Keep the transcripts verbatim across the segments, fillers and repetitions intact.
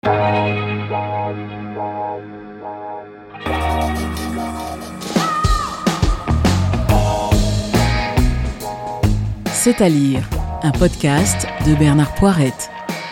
C'est à lire, un podcast de Bernard Poirette.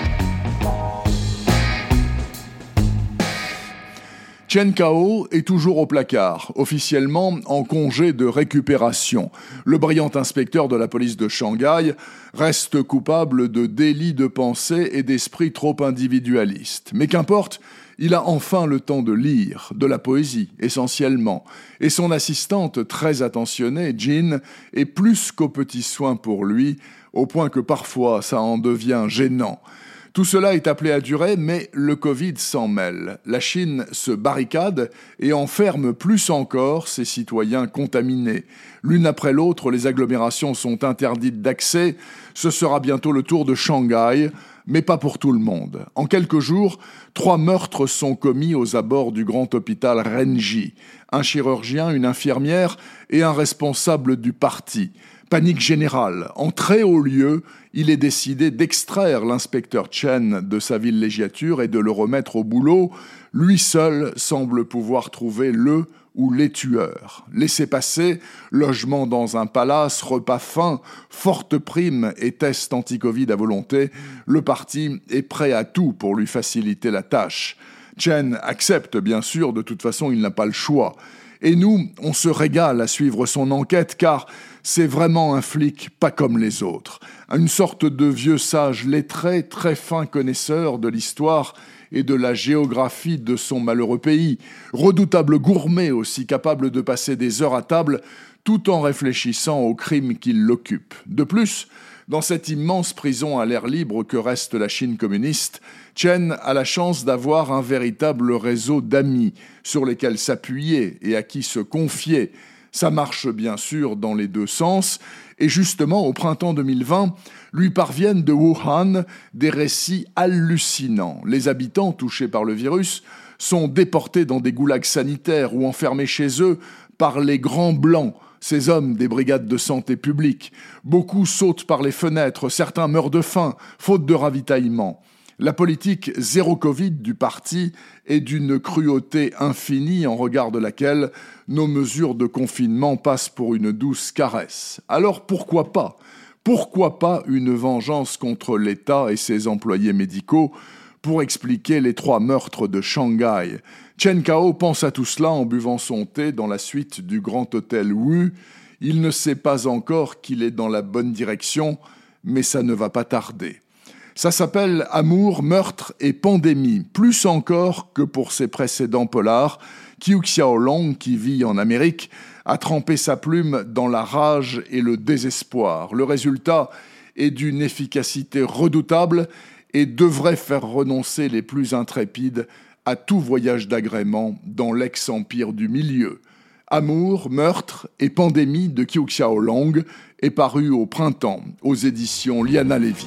Chen Cao est toujours au placard, officiellement en congé de récupération. Le brillant inspecteur de la police de Shanghai reste coupable de délits de pensée et d'esprit trop individualiste. Mais qu'importe, il a enfin le temps de lire, de la poésie essentiellement. Et son assistante, très attentionnée, Jean, est plus qu'aux petits soins pour lui, au point que parfois ça en devient gênant. Tout cela est appelé à durer, mais le Covid s'en mêle. La Chine se barricade et enferme plus encore ses citoyens contaminés. L'une après l'autre, les agglomérations sont interdites d'accès. Ce sera bientôt le tour de Shanghai, mais pas pour tout le monde. En quelques jours, trois meurtres sont commis aux abords du grand hôpital Renji. Un chirurgien, une infirmière et un responsable du parti. Panique générale. En très haut lieu, il est décidé d'extraire l'inspecteur Chen de sa villégiature et de le remettre au boulot. Lui seul semble pouvoir trouver le ou les tueurs. Laissez-passer, logement dans un palace, repas fins, forte prime et test anti-Covid à volonté, le parti est prêt à tout pour lui faciliter la tâche. Chen accepte, bien sûr, de toute façon il n'a pas le choix. Et nous, on se régale à suivre son enquête car c'est vraiment un flic pas comme les autres. Une sorte de vieux sage lettré, très fin connaisseur de l'histoire et de la géographie de son malheureux pays. Redoutable gourmet aussi, capable de passer des heures à table tout en réfléchissant aux crimes qui l'occupent. De plus, dans cette immense prison à l'air libre que reste la Chine communiste, Chen a la chance d'avoir un véritable réseau d'amis sur lesquels s'appuyer et à qui se confier. Ça marche bien sûr dans les deux sens, et justement au printemps deux mille vingt, lui parviennent de Wuhan des récits hallucinants. Les habitants touchés par le virus sont déportés dans des goulags sanitaires ou enfermés chez eux par les grands blancs, ces hommes des brigades de santé publique. Beaucoup sautent par les fenêtres, certains meurent de faim, faute de ravitaillement. La politique zéro Covid du parti est d'une cruauté infinie en regard de laquelle nos mesures de confinement passent pour une douce caresse. Alors pourquoi pas ? Pourquoi pas une vengeance contre l'État et ses employés médicaux pour expliquer les trois meurtres de Shanghai ? Chen Cao pense à tout cela en buvant son thé dans la suite du grand hôtel Wu. Il ne sait pas encore qu'il est dans la bonne direction, mais ça ne va pas tarder. Ça s'appelle Amour, meurtre et pandémie, plus encore que pour ses précédents polars. Qiu Xiaolong, qui vit en Amérique, a trempé sa plume dans la rage et le désespoir. Le résultat est d'une efficacité redoutable et devrait faire renoncer les plus intrépides à tout voyage d'agrément dans l'ex-empire du milieu. Amour, meurtre et pandémie de Qiu Xiaolong est paru au printemps aux éditions Liana Levy.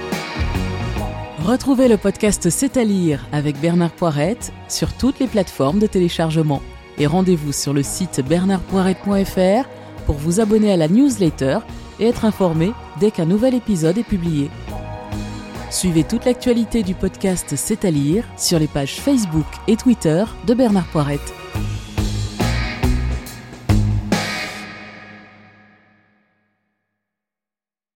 Retrouvez le podcast C'est à lire avec Bernard Poirette sur toutes les plateformes de téléchargement. Et rendez-vous sur le site bernard poirette point f r pour vous abonner à la newsletter et être informé dès qu'un nouvel épisode est publié. Suivez toute l'actualité du podcast C'est à lire sur les pages Facebook et Twitter de Bernard Poirette.